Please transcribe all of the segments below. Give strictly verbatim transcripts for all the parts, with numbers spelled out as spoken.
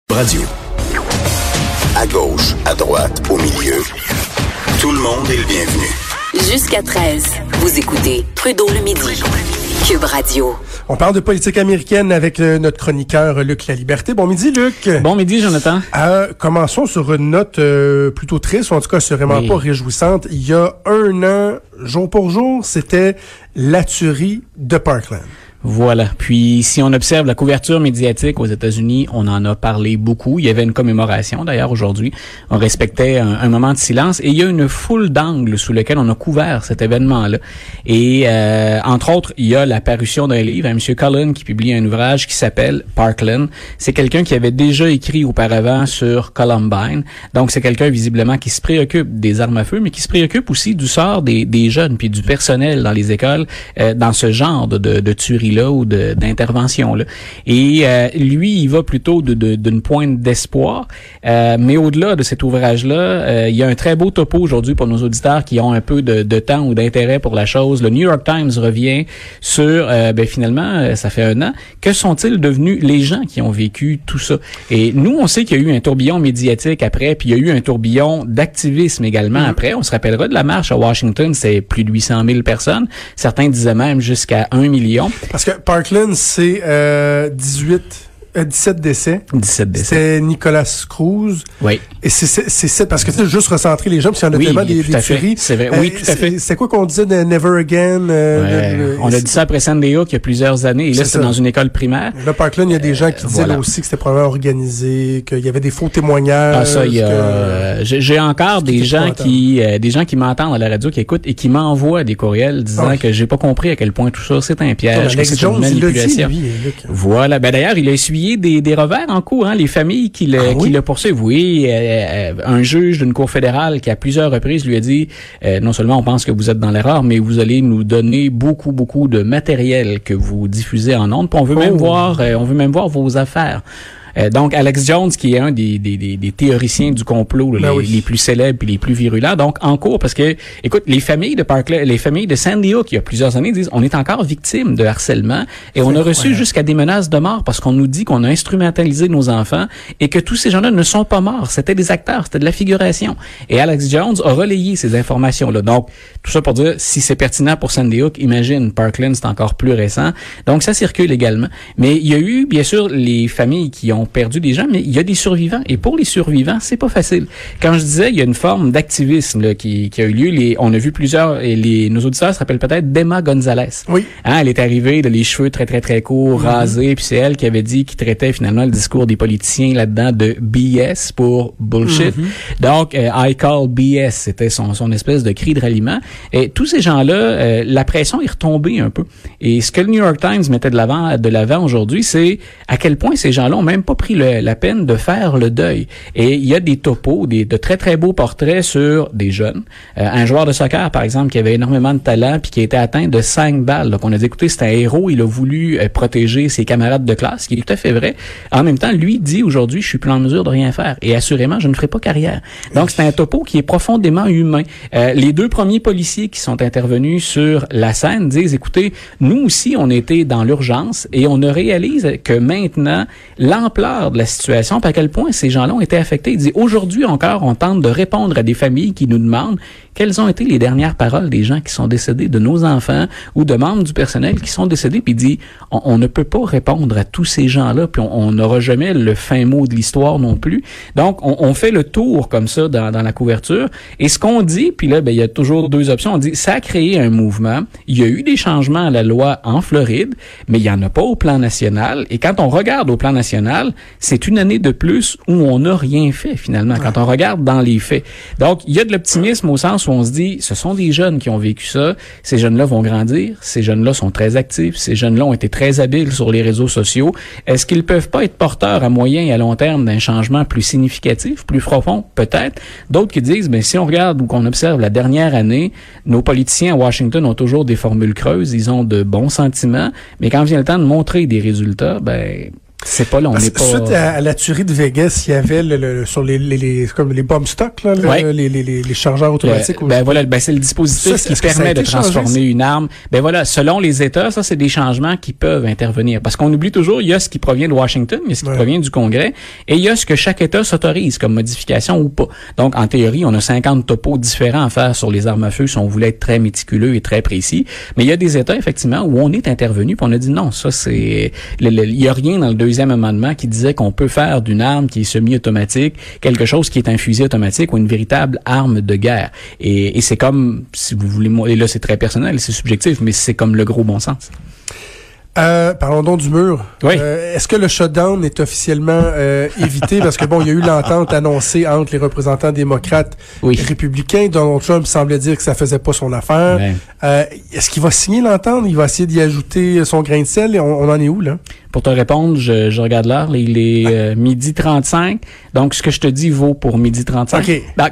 Radio. À gauche, à droite, au milieu. Tout le monde est le bienvenu. Jusqu'à treize, vous écoutez Trudeau le midi. Cube Radio. On parle de politique américaine avec euh, notre chroniqueur Luc Laliberté. Bon midi, Luc. Bon midi, Jonathan. Euh, commençons sur une note euh, plutôt triste, ou en tout cas assurément oui. pas réjouissante. Il y a un an, jour pour jour, c'était la tuerie de Parkland. Voilà. Puis, si on observe la couverture médiatique aux États-Unis, on en a parlé beaucoup. Il y avait une commémoration, d'ailleurs, aujourd'hui. On respectait un, un moment de silence. Et il y a une foule d'angles sous lesquels on a couvert cet événement-là. Et, euh, entre autres, il y a la parution d'un livre à M. Cullen qui publie un ouvrage qui s'appelle Parkland. C'est quelqu'un qui avait déjà écrit auparavant sur Columbine. Donc, c'est quelqu'un, visiblement, qui se préoccupe des armes à feu, mais qui se préoccupe aussi du sort des, des jeunes puis du personnel dans les écoles, euh, dans ce genre de, de, de tuerie là ou de, d'intervention là. Et euh, lui, il va plutôt de, de, d'une pointe d'espoir. Euh, mais au-delà de cet ouvrage-là, euh, il y a un très beau topo aujourd'hui pour nos auditeurs qui ont un peu de, de temps ou d'intérêt pour la chose. Le New York Times revient sur, euh, ben finalement, ça fait un an, que sont-ils devenus les gens qui ont vécu tout ça? Et nous, on sait qu'il y a eu un tourbillon médiatique après, puis il y a eu un tourbillon d'activisme également mmh. après. On se rappellera de la marche à Washington, c'est plus de huit cent mille personnes. Certains disaient même jusqu'à un million. Parce que Parkland, c'est euh, dix-huit, euh, dix-sept décès. dix-sept décès. C'est Nicolas Cruz. Oui. Et c'est, c'est, c'est, c'est parce que tu sais, juste recentrer les gens, parce qu'il y en a oui, tellement des, des tueries. C'est vrai. Oui, euh, tout à fait. C'est, c'est quoi qu'on disait de Never Again? Euh, ouais. le, le, on a dit ça après Sandy Hook il y a plusieurs années. Et là, c'est, c'est dans une école primaire. Là, Parkland, il y a des gens qui euh, disaient voilà. là aussi que c'était probablement organisé, qu'il y avait des faux témoignages. Ah, ça, il y a, que, euh, j'ai, j'ai encore des gens qui, euh, des gens qui m'entendent à la radio, qui écoutent et qui m'envoient des courriels disant okay. que j'ai pas compris à quel point tout ça, c'est un piège, que c'est une manipulation. Dit, lui, voilà. Ben, d'ailleurs, il a essuyé des, des revers en cours, hein. Les familles qui le, ah, oui? qui le poursuivent. Oui, euh, un juge d'une cour fédérale qui à plusieurs reprises lui a dit euh, non seulement on pense que vous êtes dans l'erreur, mais vous allez nous donner beaucoup beaucoup de matériel que vous diffusez en ondes, puis on veut oh. même voir euh, on veut même voir vos affaires. Euh, donc, Alex Jones, qui est un des, des, des, des théoriciens du complot, là, ben les, oui. les plus célèbres et les plus virulents, donc en cours, parce que, écoute, les familles de Parkland, les familles de Sandy Hook, il y a plusieurs années, disent, on est encore victime de harcèlement et on a reçu jusqu'à des menaces de mort parce qu'on nous dit qu'on a instrumentalisé nos enfants et que tous ces gens-là ne sont pas morts. C'était des acteurs, c'était de la figuration. Et Alex Jones a relayé ces informations-là. Donc, tout ça pour dire, si c'est pertinent pour Sandy Hook, imagine, Parkland, c'est encore plus récent. Donc, ça circule également. Mais il y a eu, bien sûr, les familles qui ont perdu des gens, mais il y a des survivants. Et pour les survivants, c'est pas facile. Quand je disais, il y a une forme d'activisme là, qui, qui a eu lieu. Les, on a vu plusieurs, et les, nos auditeurs se rappellent peut-être d'Emma Gonzalez. Oui. Hein, elle est arrivée, de les cheveux très, très, très courts, mm-hmm. rasés, puis c'est elle qui avait dit, qui traitait finalement le discours des politiciens là-dedans de B S pour bullshit. Mm-hmm. Donc, euh, I call B S, c'était son, son espèce de cri de ralliement. Et tous ces gens-là, euh, la pression est retombée un peu. Et ce que le New York Times mettait de l'avant, de l'avant aujourd'hui, c'est à quel point ces gens-là ont même pas pris le, la peine de faire le deuil. Et il y a des topos, des, de très, très beaux portraits sur des jeunes. Euh, un joueur de soccer, par exemple, qui avait énormément de talent puis qui a été atteint de cinq balles. Donc, on a dit, écoutez, c'est un héros, il a voulu euh, protéger ses camarades de classe, ce qui est tout à fait vrai. En même temps, lui dit, aujourd'hui, je suis plus en mesure de rien faire. Et assurément, je ne ferai pas carrière. Donc, c'est un topo qui est profondément humain. Euh, les deux premiers policiers qui sont intervenus sur la scène disent, écoutez, nous aussi, on était dans l'urgence et on réalise que maintenant, l'ampleur de la situation, puis à quel point ces gens-là ont été affectés. Il dit, aujourd'hui encore, on tente de répondre à des familles qui nous demandent quelles ont été les dernières paroles des gens qui sont décédés, de nos enfants ou de membres du personnel qui sont décédés. Puis il dit, on, on ne peut pas répondre à tous ces gens-là, puis on n'aura jamais le fin mot de l'histoire non plus. Donc, on, on fait le tour comme ça dans, dans la couverture. Et ce qu'on dit, puis là, ben, il y a toujours deux options. On dit, ça a créé un mouvement. Il y a eu des changements à la loi en Floride, mais il n'y en a pas au plan national. Et quand on regarde au plan national, c'est une année de plus où on n'a rien fait, finalement, quand on regarde dans les faits. Donc, il y a de l'optimisme au sens où on se dit, ce sont des jeunes qui ont vécu ça, ces jeunes-là vont grandir, ces jeunes-là sont très actifs, ces jeunes-là ont été très habiles sur les réseaux sociaux. Est-ce qu'ils peuvent pas être porteurs à moyen et à long terme d'un changement plus significatif, plus profond? Peut-être. D'autres qui disent, ben, si on regarde ou qu'on observe la dernière année, nos politiciens à Washington ont toujours des formules creuses, ils ont de bons sentiments, mais quand vient le temps de montrer des résultats, ben, C'est pas là, on n'est pas... Suite à, à la tuerie de Vegas, il y avait le, le, sur les, les, les, comme les bomb stocks, là, ouais. le, les, les, les chargeurs automatiques. Le, ben voilà, ben c'est le dispositif ça, qui permet de transformer changé, une arme. Ben voilà, selon les États, ça, c'est des changements qui peuvent intervenir. Parce qu'on oublie toujours, il y a ce qui provient de Washington, il y a ce qui ouais. provient du Congrès, et il y a ce que chaque État s'autorise comme modification ou pas. Donc, en théorie, on a cinquante topos différents à faire sur les armes à feu si on voulait être très méticuleux et très précis. Mais il y a des États, effectivement, où on est intervenu, puis on a dit non, ça, c'est... Il y a rien dans le deuxième amendement qui disait qu'on peut faire d'une arme qui est semi-automatique quelque chose qui est un fusil automatique ou une véritable arme de guerre. Et, et c'est comme, si vous voulez, et là c'est très personnel, c'est subjectif, mais c'est comme le gros bon sens. Euh, parlons donc du mur. Oui. Euh, est-ce que le shutdown est officiellement euh, évité? Parce que bon, il y a eu l'entente annoncée entre les représentants démocrates oui. et républicains. Donald Trump semblait dire que ça faisait pas son affaire. Oui. Euh, est-ce qu'il va signer l'entente? Il va essayer d'y ajouter son grain de sel? Et on, on en est où, là? Pour te répondre, je, je regarde l'heure. Il est euh, midi trente-cinq. Donc, ce que je te dis vaut pour midi trente-cinq. OK. Donc,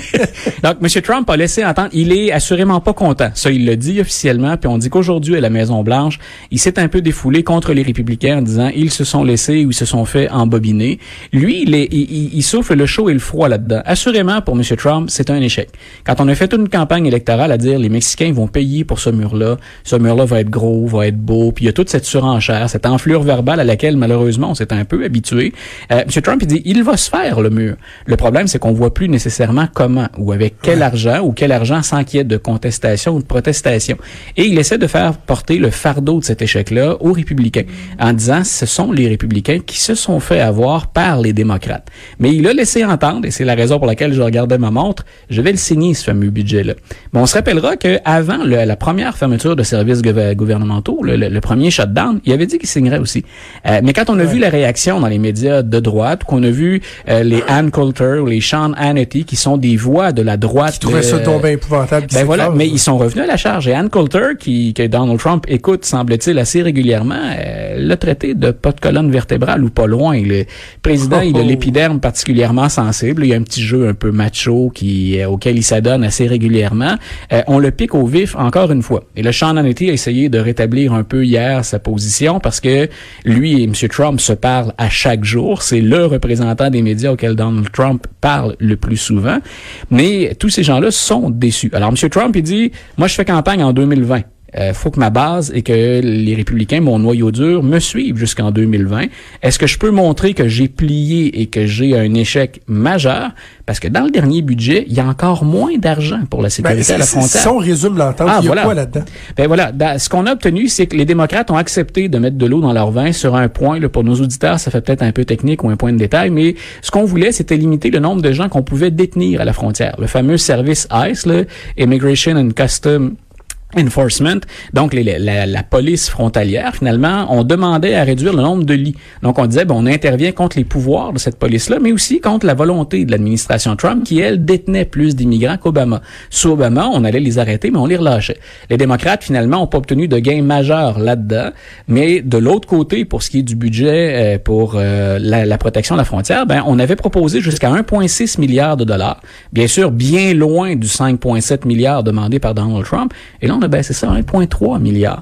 donc M. Trump a laissé entendre, il est assurément pas content. Ça, il l'a dit officiellement. Puis on dit qu'aujourd'hui, à la Maison-Blanche, il s'est un peu défoulé contre les républicains en disant ils se sont laissés ou ils se sont fait embobiner. Lui, il, est, il, il souffle le chaud et le froid là-dedans. Assurément, pour M. Trump, c'est un échec. Quand on a fait toute une campagne électorale à dire les Mexicains vont payer pour ce mur-là, ce mur-là va être gros, va être beau, puis il y a toute cette surenchère, cette enflure verbale à laquelle, malheureusement, on s'est un peu habitué. Euh, M. Trump, il dit, il va se faire, le mur. Le problème, c'est qu'on voit plus nécessairement comment, ou avec quel ouais. argent, ou quel argent sans qu'il y ait de contestation ou de protestation. Et il essaie de faire porter le fardeau de cet échec-là aux républicains, en disant, ce sont les républicains qui se sont fait avoir par les démocrates. Mais il a laissé entendre, et c'est la raison pour laquelle je regardais ma montre, je vais le signer, ce fameux budget-là. Mais on se rappellera qu'avant la première fermeture de services gouver- gouvernementaux, le, le, le premier shutdown, il avait dit qu'il signerait aussi. Euh, mais quand on a ouais. vu la réaction dans les médias de droite, qu'on a vu euh, les Ann Coulter ou les Sean Hannity, qui sont des voix de la droite... Qui trouvaient euh, ça donc bien épouvantable. Ben voilà, mais ils sont revenus à la charge. Et Ann Coulter, qui, que Donald Trump écoute, semble-t-il, assez régulièrement, euh, l'a traité de pas de colonne vertébrale ou pas loin. Le président, oh, il a oh. l'épiderme particulièrement sensible. Il y a un petit jeu un peu macho qui, euh, auquel il s'adonne assez régulièrement. Euh, on le pique au vif encore une fois. Et le Sean Hannity a essayé de rétablir un peu hier sa position parce que lui et M. Trump se parlent à chaque jour. C'est le représentant des médias auquel Donald Trump parle le plus souvent. Mais tous ces gens-là sont déçus. Alors, M. Trump, il dit, moi, je fais campagne en deux mille vingt. Euh, faut que ma base et que les républicains, mon noyau dur, me suivent jusqu'en deux mille vingt. Est-ce que je peux montrer que j'ai plié et que j'ai un échec majeur? Parce que dans le dernier budget, il y a encore moins d'argent pour la sécurité ben, à la frontière. Si on résume l'entente, ah, il y a voilà. quoi là-dedans? Ben voilà. Ben, ce qu'on a obtenu, c'est que les démocrates ont accepté de mettre de l'eau dans leur vin sur un point. Là, pour nos auditeurs, ça fait peut-être un peu technique ou un point de détail, mais ce qu'on voulait, c'était limiter le nombre de gens qu'on pouvait détenir à la frontière. Le fameux service ICE, là, Immigration and Customs Enforcement, donc les, la, la police frontalière, finalement, on demandait à réduire le nombre de lits. Donc, on disait, ben, on intervient contre les pouvoirs de cette police-là, mais aussi contre la volonté de l'administration Trump, qui, elle, détenait plus d'immigrants qu'Obama. Sous Obama, on allait les arrêter, mais on les relâchait. Les démocrates, finalement, n'ont pas obtenu de gains majeurs là-dedans, mais de l'autre côté, pour ce qui est du budget euh, pour euh, la, la protection de la frontière, ben, on avait proposé jusqu'à un virgule six milliard de dollars. Bien sûr, bien loin du cinq virgule sept milliards demandé par Donald Trump. Et là, on ben c'est ça, un virgule trois milliard.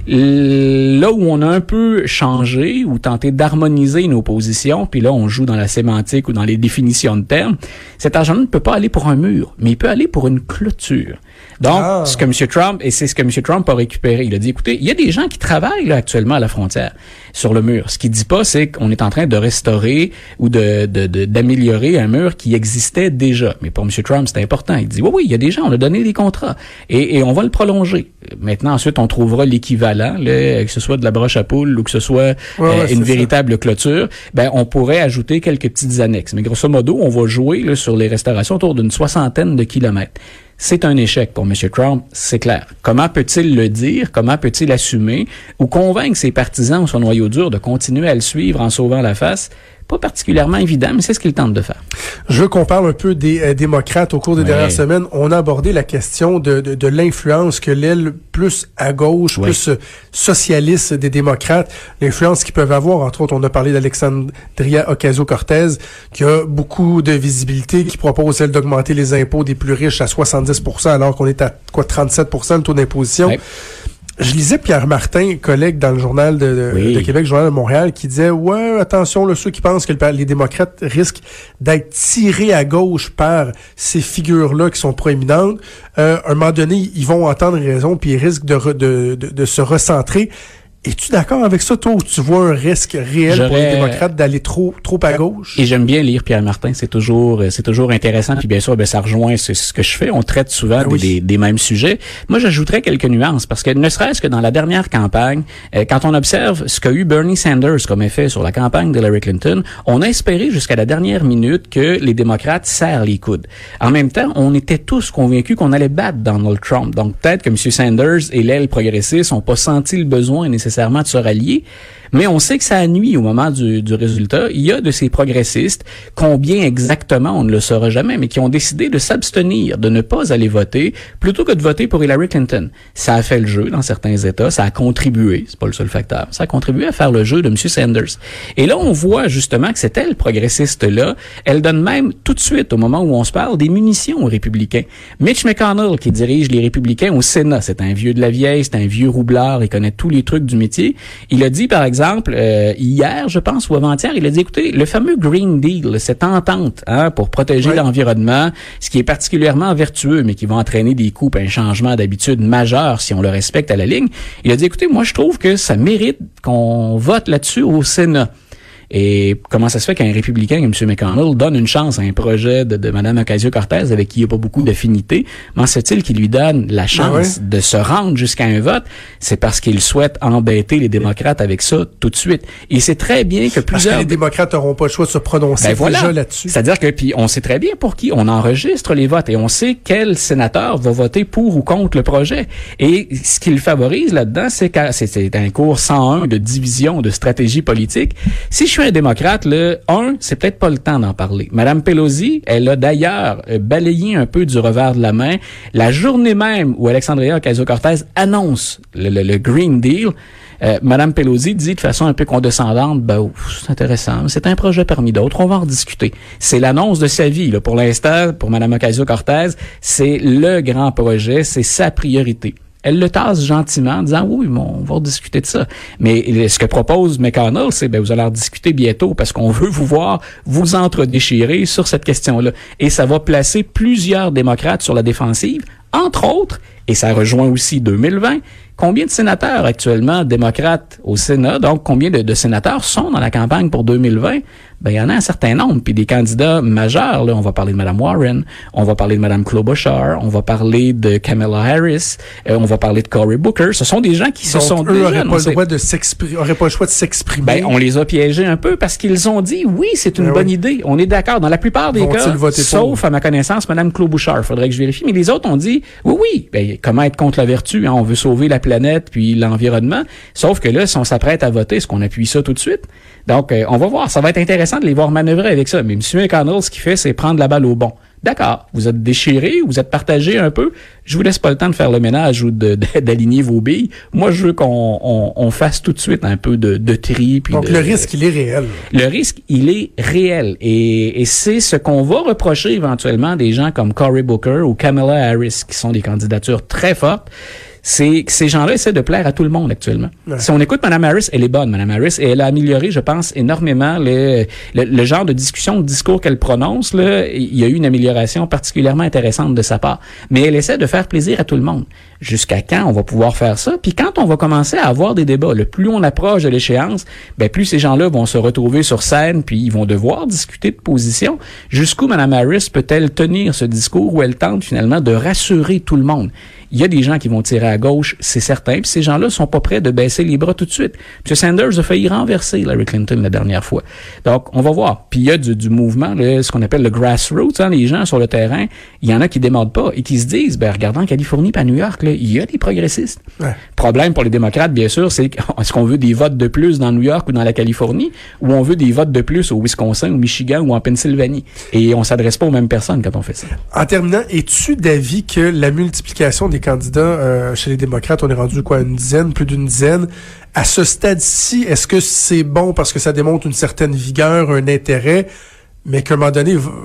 Là où on a un peu changé ou tenté d'harmoniser nos positions, puis là on joue dans la sémantique ou dans les définitions de termes, cet argent ne peut pas aller pour un mur, mais il peut aller pour une clôture. Donc, ah. ce que M. Trump, et c'est ce que M. Trump a récupéré, il a dit, écoutez, il y a des gens qui travaillent là actuellement à la frontière, sur le mur. Ce qu'il dit pas, c'est qu'on est en train de restaurer ou de, de, de d'améliorer un mur qui existait déjà. Mais pour M. Trump, c'est important. Il dit, oui, oui, il y a des gens, on a donné des contrats, et, et on va le prolonger. Maintenant, ensuite, on trouvera l'équivalent, là, que ce soit de la broche à poule ou que ce soit ouais, euh, ouais, une véritable ça. clôture. Ben, on pourrait ajouter quelques petites annexes. Mais grosso modo, on va jouer là, sur les restaurations autour d'une soixantaine de kilomètres. C'est un échec pour M. Trump, c'est clair. Comment peut-il le dire? Comment peut-il assumer ou convaincre ses partisans ou son noyau dur de continuer à le suivre en sauvant la face? Pas particulièrement évident, mais c'est ce qu'il tente de faire. Je veux qu'on parle un peu des euh, démocrates au cours des ouais. dernières semaines. On a abordé la question de, de, de l'influence que l'aile plus à gauche, ouais. plus euh, socialiste des démocrates, l'influence qu'ils peuvent avoir. Entre autres, on a parlé d'Alexandria Ocasio-Cortez, qui a beaucoup de visibilité, qui propose, elle, d'augmenter les impôts des plus riches à soixante-dix pour cent, alors qu'on est à quoi trente-sept pour cent le taux d'imposition. Ouais. Je lisais Pierre Martin, collègue dans le journal de, de, oui. de Québec, journal de Montréal, qui disait, ouais, attention, là, ceux qui pensent que le, les démocrates risquent d'être tirés à gauche par ces figures-là qui sont proéminentes, euh, à un moment donné, ils vont entendre raison, puis ils risquent de, re, de, de, de se recentrer. Es-tu d'accord avec ça, toi, où tu vois un risque réel J'aurais... pour les démocrates d'aller trop trop à gauche? Et j'aime bien lire Pierre Martin, c'est toujours c'est toujours intéressant, puis bien sûr, ben, ça rejoint ce, ce que je fais, on traite souvent ben oui. des, des mêmes sujets. Moi, j'ajouterais quelques nuances, parce que ne serait-ce que dans la dernière campagne, euh, quand on observe ce qu'a eu Bernie Sanders comme effet sur la campagne d'Hillary Clinton, on a espéré jusqu'à la dernière minute que les démocrates serrent les coudes. En même temps, on était tous convaincus qu'on allait battre Donald Trump, donc peut-être que M. Sanders et l'aile progressiste n'ont pas senti le besoin nécessaire nécessairement de se rallier, mais on sait que ça nuit au moment du, du résultat. Il y a de ces progressistes, combien exactement, on ne le saura jamais, mais qui ont décidé de s'abstenir, de ne pas aller voter, plutôt que de voter pour Hillary Clinton. Ça a fait le jeu dans certains États, ça a contribué, c'est pas le seul facteur, ça a contribué à faire le jeu de M. Sanders. Et là, on voit justement que cette aile progressiste-là, elle donne même tout de suite, au moment où on se parle, des munitions aux républicains. Mitch McConnell, qui dirige les républicains au Sénat, c'est un vieux de la vieille, c'est un vieux roublard, il connaît tous les trucs du métier. Il a dit, par exemple, exemple, euh, hier, je pense, ou avant-hier, il a dit, écoutez, le fameux Green Deal, cette entente hein, pour protéger ouais. l'environnement, ce qui est particulièrement vertueux, mais qui va entraîner des coupes, un changement d'habitude majeur si on le respecte à la ligne, il a dit, écoutez, moi, je trouve que ça mérite qu'on vote là-dessus au Sénat. Et comment ça se fait qu'un républicain comme M. McConnell donne une chance à un projet de, de Mme Ocasio-Cortez avec qui il n'y a pas beaucoup d'affinité? M'en sait-il qu'il lui donne la chance ah ouais. de se rendre jusqu'à un vote? C'est parce qu'il souhaite embêter les démocrates avec ça tout de suite. Et c'est très bien que plusieurs... Parce que les démocrates n'auront pas le choix de se prononcer ben voilà. déjà là-dessus. C'est-à-dire que, puis on sait très bien pour qui on enregistre les votes et on sait quel sénateur va voter pour ou contre le projet. Et ce qu'il favorise là-dedans, c'est que c'est, c'est un cours cent un de division, de stratégie politique. Si je un démocrate, le un, c'est peut-être pas le temps d'en parler. Madame Pelosi, elle a d'ailleurs balayé un peu du revers de la main la journée même où Alexandria Ocasio-Cortez annonce le, le, le Green Deal. Euh, Madame Pelosi dit de façon un peu condescendante, ben ouf, c'est intéressant, c'est un projet parmi d'autres, on va en rediscuter. C'est l'annonce de sa vie là. Pour l'instant, pour Madame Ocasio-Cortez, c'est le grand projet, c'est sa priorité. Elle le tasse gentiment en disant « Oui, bon, on va rediscuter de ça. » Mais ce que propose McConnell, c'est ben vous allez en discuter bientôt parce qu'on veut vous voir vous entre-déchirer sur cette question-là. Et ça va placer plusieurs démocrates sur la défensive, entre autres, et ça rejoint aussi deux mille vingt, combien de sénateurs actuellement démocrates au Sénat, donc combien de, de sénateurs sont dans la campagne pour deux mille vingt? Ben, il y en a un certain nombre. Puis des candidats majeurs, là, on va parler de Mme Warren, on va parler de Mme Klobuchar, on va parler de Kamala Harris, euh, on va parler de Cory Booker. Ce sont des gens qui donc, se sont eux déjà... n'auraient pas le droit de s'exprimer, auraient pas le choix de s'exprimer. Ben, on les a piégés un peu parce qu'ils ont dit, oui, c'est une ben bonne oui. idée. On est d'accord. Dans la plupart des cas, sauf à ma connaissance, Mme Klobuchar, faudrait que je vérifie. Mais les autres ont dit, oui, oui, ben, comment être contre la vertu? Hein? On veut sauver la planète puis l'environnement. Sauf que là, si on s'apprête à voter, est-ce qu'on appuie ça tout de suite? Donc, euh, on va voir. Ça va être intéressant de les voir manœuvrer avec ça. Mais M. McConnell, ce qu'il fait, c'est prendre la balle au bon. D'accord, vous êtes déchirés, vous êtes partagés un peu. Je vous laisse pas le temps de faire le ménage ou de, de, d'aligner vos billes. Moi, je veux qu'on on, on fasse tout de suite un peu de, de tri. Puis donc, de, le risque, il est réel. Le risque, il est réel. Et, et c'est ce qu'on va reprocher éventuellement des gens comme Cory Booker ou Kamala Harris, qui sont des candidatures très fortes. C'est que ces gens-là essaient de plaire à tout le monde actuellement. Ouais. Si on écoute Mme Harris, elle est bonne, Mme Harris, et elle a amélioré, je pense, énormément le, le, le genre de discussion, de discours qu'elle prononce. Là, il y a eu une amélioration particulièrement intéressante de sa part. Mais elle essaie de faire plaisir à tout le monde. Jusqu'à quand on va pouvoir faire ça? Puis quand on va commencer à avoir des débats, le plus on approche de l'échéance, ben plus ces gens-là vont se retrouver sur scène, puis ils vont devoir discuter de position. Jusqu'où Mme Harris peut-elle tenir ce discours où elle tente finalement de rassurer tout le monde? Il y a des gens qui vont tirer à gauche, c'est certain, puis ces gens-là sont pas prêts de baisser les bras tout de suite. M. Sanders a failli renverser Hillary Clinton la dernière fois. Donc, on va voir. Puis il y a du, du mouvement, là, ce qu'on appelle le grassroots, hein, les gens sur le terrain, il y en a qui démodent pas et qui se disent, ben regardant en Californie et à New York, là, il y a des progressistes. Ouais. Problème pour les démocrates, bien sûr, c'est est-ce qu'on veut des votes de plus dans New York ou dans la Californie, ou on veut des votes de plus au Wisconsin, au Michigan ou en Pennsylvanie. Et on s'adresse pas aux mêmes personnes quand on fait ça. En terminant, es-tu d'avis que la multiplication des candidats euh, chez les démocrates, on est rendu quoi, une dizaine, plus d'une dizaine, à ce stade-ci, est-ce que c'est bon parce que ça démontre une certaine vigueur, un intérêt, mais qu'à un moment donné, va,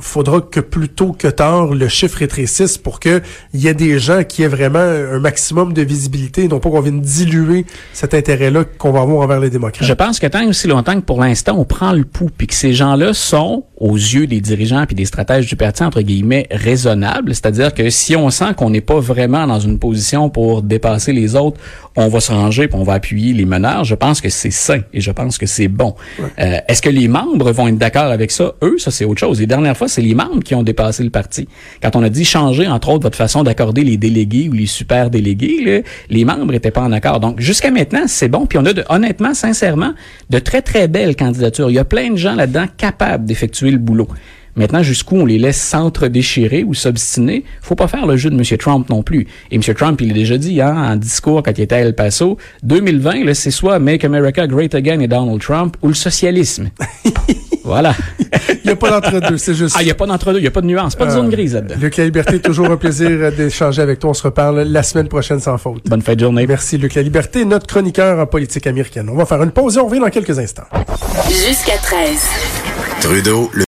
faudra que plus tôt que tard, le chiffre rétrécisse pour que il y ait des gens qui aient vraiment un maximum de visibilité, non pas qu'on vienne diluer cet intérêt-là qu'on va avoir envers les démocrates. Je pense que tant aussi longtemps que pour l'instant, on prend le pouls, puis que ces gens-là sont, aux yeux des dirigeants puis des stratèges du parti, entre guillemets, raisonnables. C'est-à-dire que si on sent qu'on n'est pas vraiment dans une position pour dépasser les autres, on va se ranger puis on va appuyer les meneurs. Je pense que c'est sain et je pense que c'est bon. Ouais. Euh, est-ce que les membres vont être d'accord avec ça? Eux, ça, c'est autre chose. Les dernières fois, c'est les membres qui ont dépassé le parti. Quand on a dit changer, entre autres, votre façon d'accorder les délégués ou les super délégués, là, les membres étaient pas en accord. Donc, jusqu'à maintenant, c'est bon. Puis on a, de, honnêtement, sincèrement, de très, très belles candidatures. Il y a plein de gens là-dedans capables d'effectuer le boulot. Maintenant, jusqu'où on les laisse s'entre-déchirer ou s'obstiner, faut pas faire le jeu de M. Trump non plus. Et M. Trump, il l'a déjà dit, hein, en discours quand il était à El Paso, deux mille vingt, là, c'est soit Make America Great Again et Donald Trump ou le socialisme. Voilà. Il n'y a pas d'entre-deux, c'est juste. Ah, il n'y a pas d'entre-deux, il n'y a pas de nuance, pas de euh, zone grise là-dedans. Luc La Liberté, toujours un plaisir d'échanger avec toi. On se reparle la semaine prochaine sans faute. Bonne fin de journée. Merci, Luc La Liberté, notre chroniqueur en politique américaine. On va faire une pause et on revient dans quelques instants. Jusqu'à treize. Trudeau, le